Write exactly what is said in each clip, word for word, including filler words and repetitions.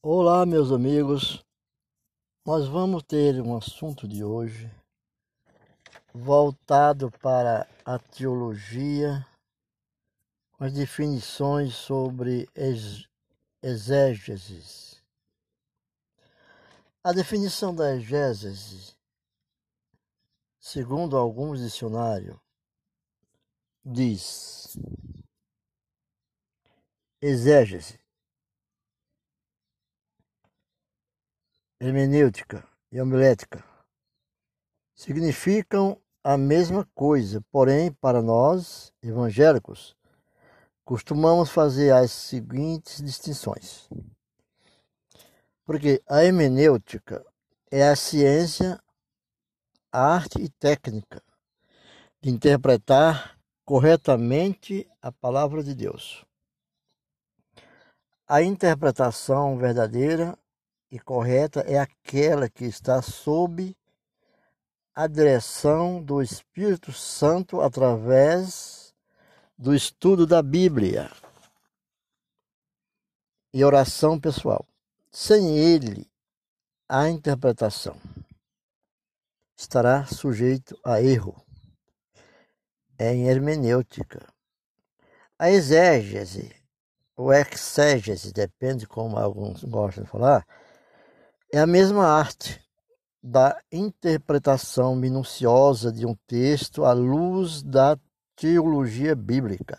Olá, meus amigos. Nós vamos ter um assunto de hoje voltado para a teologia, com as definições sobre ex exégeses. A definição da exégese, segundo alguns dicionários, diz: exégese, hermenêutica e homilética significam a mesma coisa, porém, para nós, evangélicos, costumamos fazer as seguintes distinções. Porque a hermenêutica é a ciência, a arte e técnica de interpretar corretamente a palavra de Deus. A interpretação verdadeira e correta é aquela que está sob a direção do Espírito Santo através do estudo da Bíblia e oração pessoal. Sem ele, a interpretação estará sujeito a erro. É em hermenêutica. A exégese, ou exégese, depende como alguns gostam de falar, é a mesma arte da interpretação minuciosa de um texto à luz da teologia bíblica.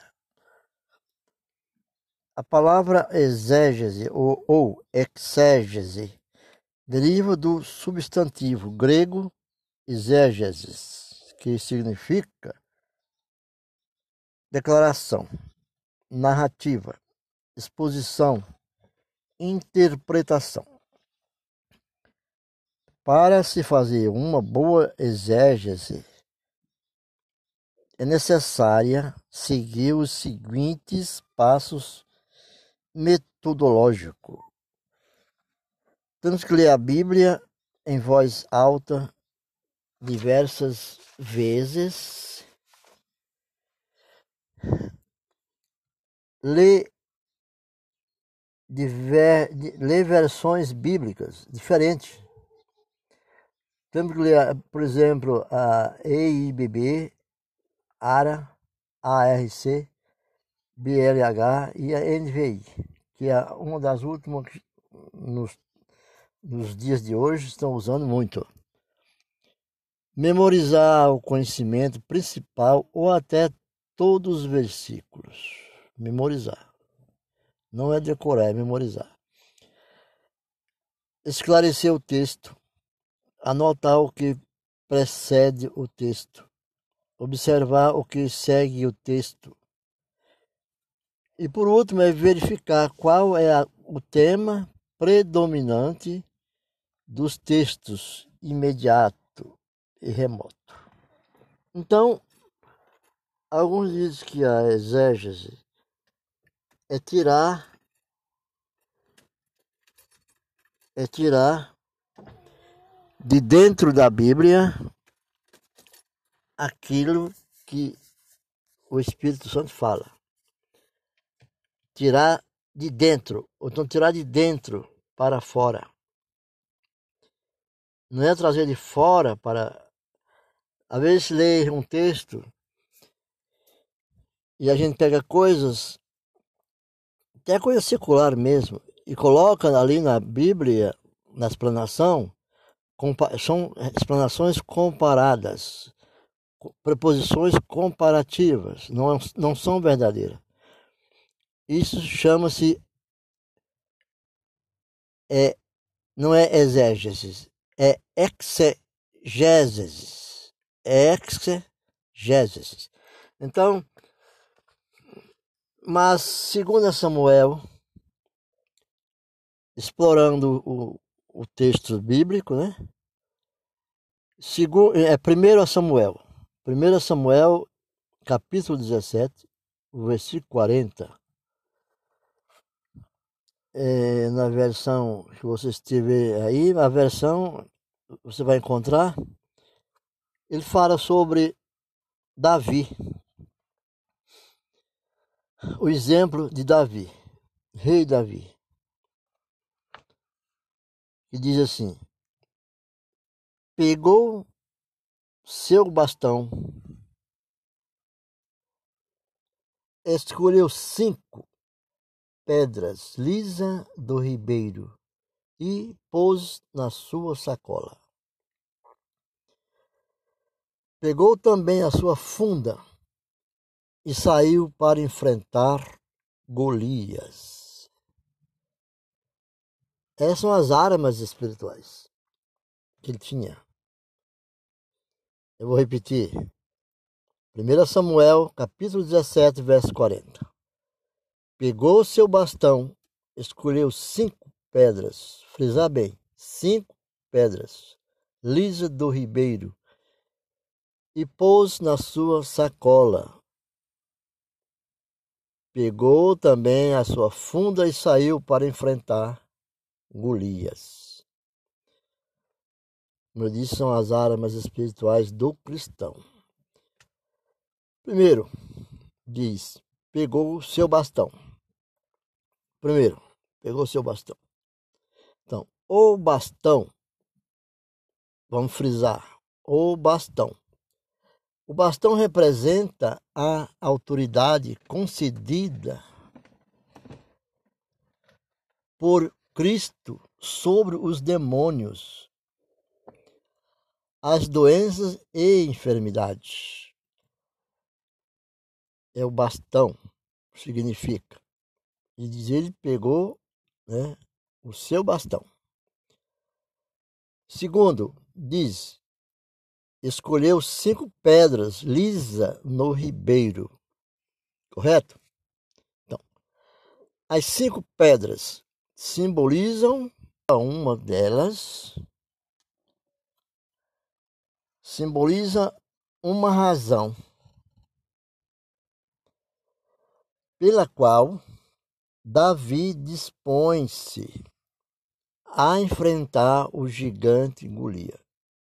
A palavra exégese ou, ou exégese deriva do substantivo grego exégesis, que significa declaração, narrativa, exposição, interpretação. Para se fazer uma boa exégese, é necessária seguir os seguintes passos metodológicos. Temos que ler a Bíblia em voz alta diversas vezes, ler, diver, ler versões bíblicas diferentes. Temos que ler, por exemplo, a E I B B, ARA, A R C, B L H e a N V I, que é uma das últimas que nos, nos dias de hoje estão usando muito. Memorizar o conhecimento principal ou até todos os versículos. Memorizar. Não é decorar, é memorizar. Esclarecer o texto. Anotar o que precede o texto. Observar o que segue o texto. E por último é verificar qual é a, o tema predominante dos textos imediato e remoto. Então, alguns dizem que a exégese é tirar é tirar de dentro da Bíblia aquilo que o Espírito Santo fala. Tirar de dentro, ou então tirar de dentro para fora. Não é trazer de fora para... Às vezes lê um texto e a gente pega coisas, até coisa secular mesmo, e coloca ali na Bíblia, na explanação, são explanações comparadas, preposições comparativas, não, não são verdadeiras. Isso chama-se, é, não é exégesis, é exegesis. É exegesis. Então, mas segundo Samuel, explorando o, o texto bíblico, né? Segundo, é primeiro Samuel, primeiro Samuel, capítulo dezessete, versículo quarenta. É, na versão que você estiver aí, a versão você vai encontrar, ele fala sobre Davi, o exemplo de Davi, rei Davi. que diz assim: pegou seu bastão, escolheu cinco pedras lisas do ribeiro e pôs na sua sacola. Pegou também a sua funda e saiu para enfrentar Golias. Essas são as armas espirituais que ele tinha. Eu vou repetir. primeiro Samuel, capítulo dezessete, verso quarenta. Pegou seu bastão, escolheu cinco pedras, frisar bem, cinco pedras, lisas do ribeiro, e pôs na sua sacola. Pegou também a sua funda e saiu para enfrentar Golias. Como eu disse, são as armas espirituais do cristão. Primeiro, diz, pegou o seu bastão. Primeiro, pegou o seu bastão. Então, o bastão, vamos frisar, o bastão. O bastão representa a autoridade concedida por Cristo sobre os demônios, as doenças e enfermidades. É o bastão, significa. E diz ele pegou, né, o seu bastão. Segundo, diz, escolheu cinco pedras lisas no ribeiro. Correto? Então, as cinco pedras simbolizam, uma delas simboliza uma razão pela qual Davi dispõe-se a enfrentar o gigante Golias.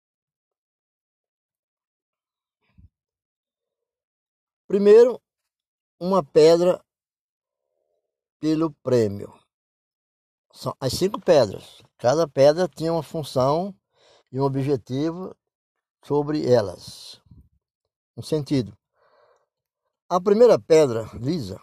Primeiro, uma pedra pelo prêmio. São as cinco pedras. Cada pedra tinha uma função e um objetivo sobre elas. Um sentido. A primeira pedra lisa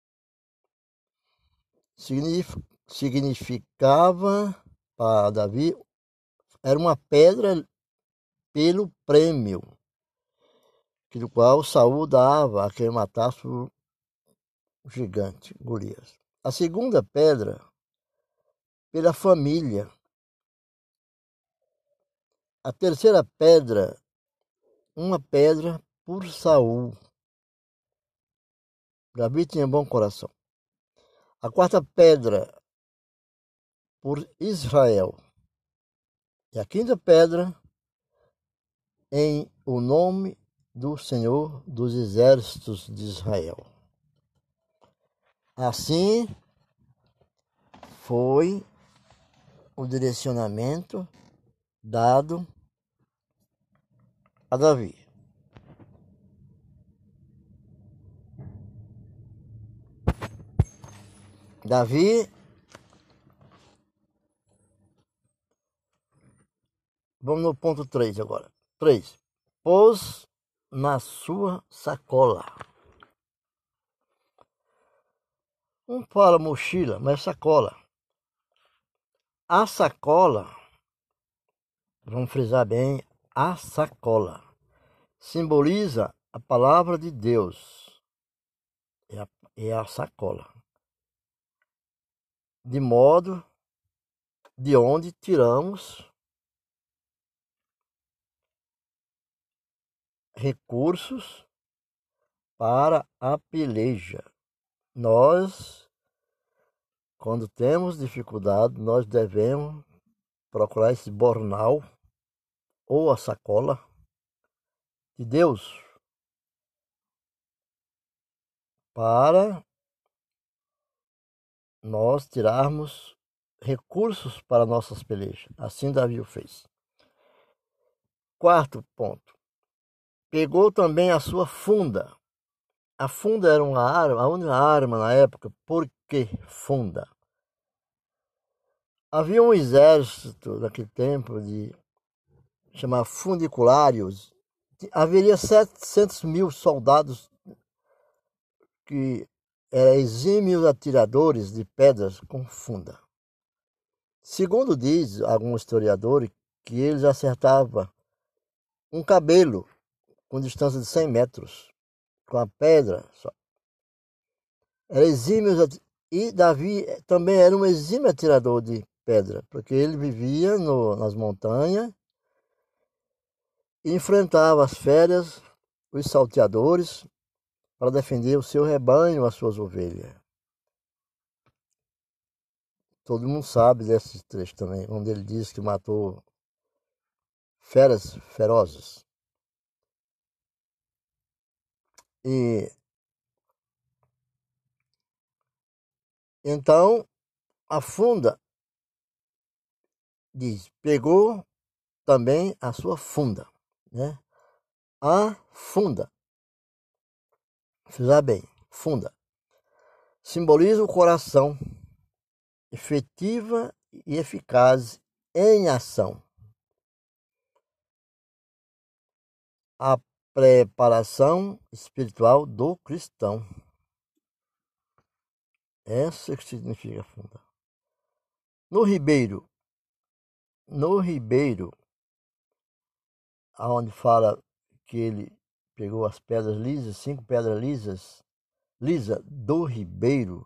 significava para Davi, era uma pedra pelo prêmio, que do qual Saul dava a quem matasse o gigante Golias. A segunda pedra pela família. A terceira pedra, uma pedra por Saul. Davi tinha bom coração. A quarta pedra por Israel. E a quinta pedra em o nome do Senhor dos Exércitos de Israel. Assim foi o direcionamento dado a Davi. Davi, vamos no ponto três agora. três. Pôs na sua sacola. Não fala mochila, mas sacola. A sacola, vamos frisar bem, a sacola simboliza a palavra de Deus. É a, é a sacola. De modo de onde tiramos recursos para a peleja. Nós, quando temos dificuldade, nós devemos procurar esse bornal ou a sacola de Deus para nós tirarmos recursos para nossas pelejas. Assim Davi o fez. Quarto ponto. Pegou também a sua funda. A funda era uma arma, a única arma na época. Por que funda? Havia um exército naquele tempo de chamar fundiculários. Haveria setecentos mil soldados que eram exímios atiradores de pedras com funda. Segundo diz alguns historiadores, que eles acertavam um cabelo com distância de cem metros, com a pedra só. Era exímios, e Davi também era um exímio atirador de pedra, porque ele vivia no, nas montanhas e enfrentava as feras, os salteadores, para defender o seu rebanho, as suas ovelhas. Todo mundo sabe desse trecho também, onde ele diz que matou feras ferozes. E então a funda diz, pegou também a sua funda, né? A funda, fizer bem, funda, simboliza o coração, efetiva e eficaz em ação. A preparação espiritual do cristão. Essa que significa funda. No ribeiro, no ribeiro, aonde fala que ele pegou as pedras lisas, cinco pedras lisas, lisa do ribeiro.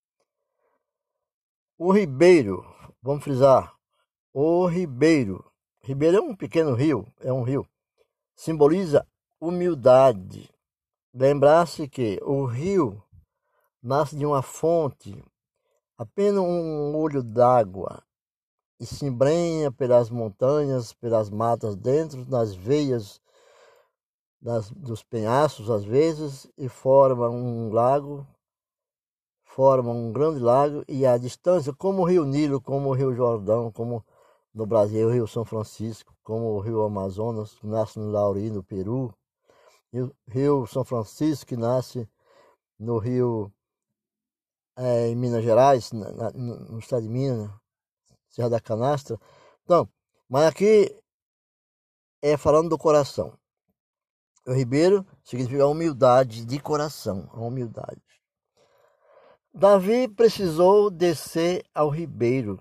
O ribeiro, vamos frisar, o ribeiro, ribeiro é um pequeno rio, é um rio, simboliza humildade. Lembrar-se que o rio nasce de uma fonte, apenas um olho d'água, e se embrenha pelas montanhas, pelas matas, dentro das veias das, dos penhascos, às vezes, e forma um lago, forma um grande lago, e a distância, como o Rio Nilo, como o Rio Jordão, como no Brasil o Rio São Francisco, como o Rio Amazonas, que nasce no Lauri, no Peru, e o Rio São Francisco, que nasce no Rio, é, em Minas Gerais, na, na, no estado de Minas, Serra da Canastra. Então, mas aqui é falando do coração. O ribeiro significa humildade de coração, a humildade. Davi precisou descer ao ribeiro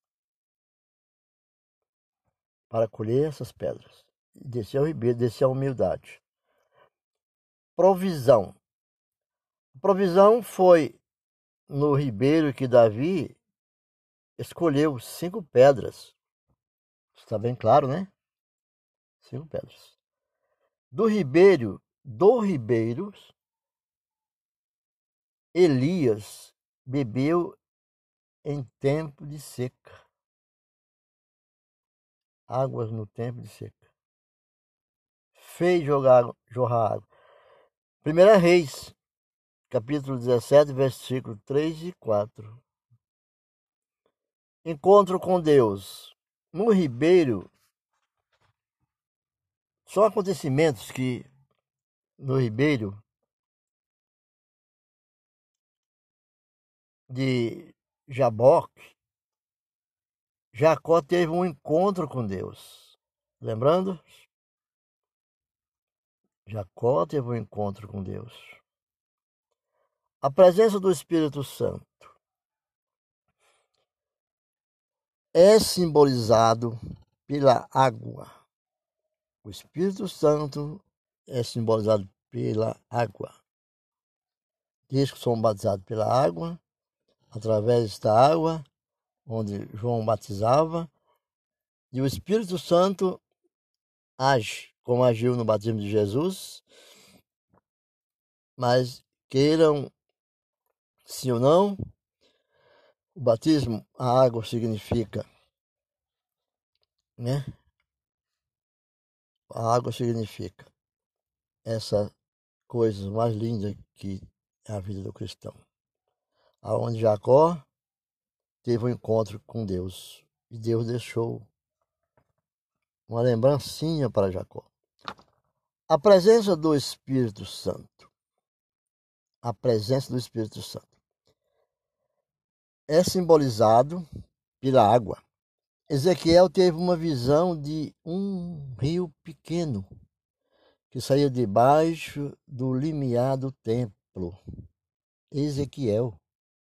para colher essas pedras. Descer ao ribeiro, descer a humildade. Provisão. Provisão foi no ribeiro que Davi escolheu cinco pedras. Está bem claro, né? Cinco pedras. Do ribeiro, do ribeiro, Elias bebeu em tempo de seca. Águas no tempo de seca. Fez jogar, jorrar água. Primeira Reis, capítulo dezessete, versículo três e quatro. Encontro com Deus. No ribeiro, são acontecimentos que no ribeiro de Jaboque, Jacó teve um encontro com Deus. Lembrando? Jacó teve um encontro com Deus. A presença do Espírito Santo é simbolizado pela água. O Espírito Santo é simbolizado pela água. Diz que somos batizados pela água, através da água, onde João batizava, e o Espírito Santo age, como agiu no batismo de Jesus, mas queiram, sim ou não, o batismo, a água significa, né? A água significa essa coisa mais linda que é a vida do cristão. Aonde Jacó teve um encontro com Deus e Deus deixou uma lembrancinha para Jacó. A presença do Espírito Santo. A presença do Espírito Santo é simbolizado pela água. Ezequiel teve uma visão de um rio pequeno que saía debaixo do limiar do templo. Ezequiel,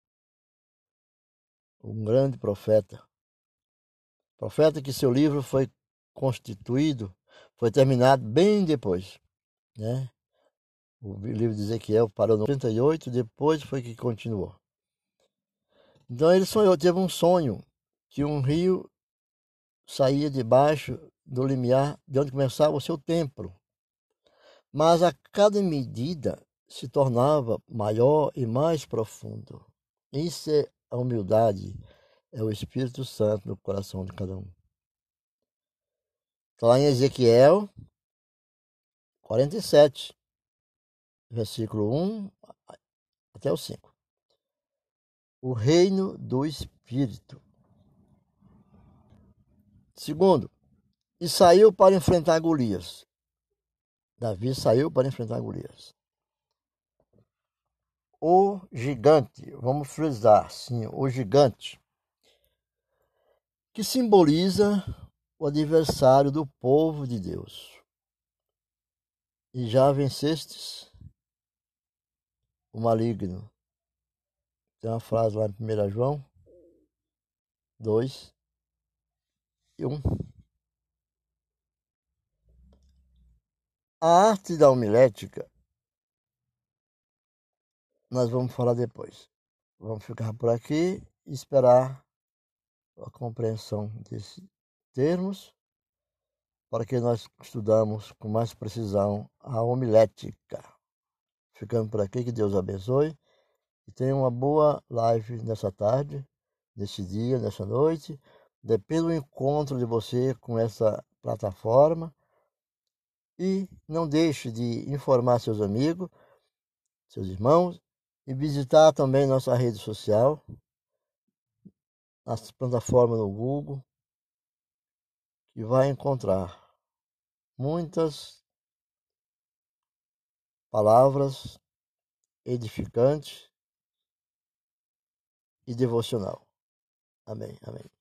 um grande profeta. Profeta que seu livro foi constituído, foi terminado bem depois, né? O livro de Ezequiel parou no trinta e oito, depois foi que continuou. Então ele sonhou, teve um sonho que um rio saía debaixo do limiar de onde começava o seu templo. Mas a cada medida se tornava maior e mais profundo. Isso é a humildade, é o Espírito Santo no coração de cada um. Está lá em Ezequiel quarenta e sete, versículo um até o cinco. O reino do Espírito. Segundo, e saiu para enfrentar Golias. Davi saiu para enfrentar Golias. O gigante, vamos frisar, sim, o gigante, que simboliza o adversário do povo de Deus. E já vencestes o maligno. Tem uma frase lá em primeiro João dois e um. A arte da homilética nós vamos falar depois. Vamos ficar por aqui e esperar a compreensão desses termos para que nós estudamos com mais precisão a homilética. Ficando por aqui, que Deus abençoe e tenha uma boa live nessa tarde, nesse dia, nessa noite. Depende do encontro de você com essa plataforma. E não deixe de informar seus amigos, seus irmãos e visitar também nossa rede social, nossa plataforma no Google, que vai encontrar muitas palavras edificantes e devocional. Amém, amém.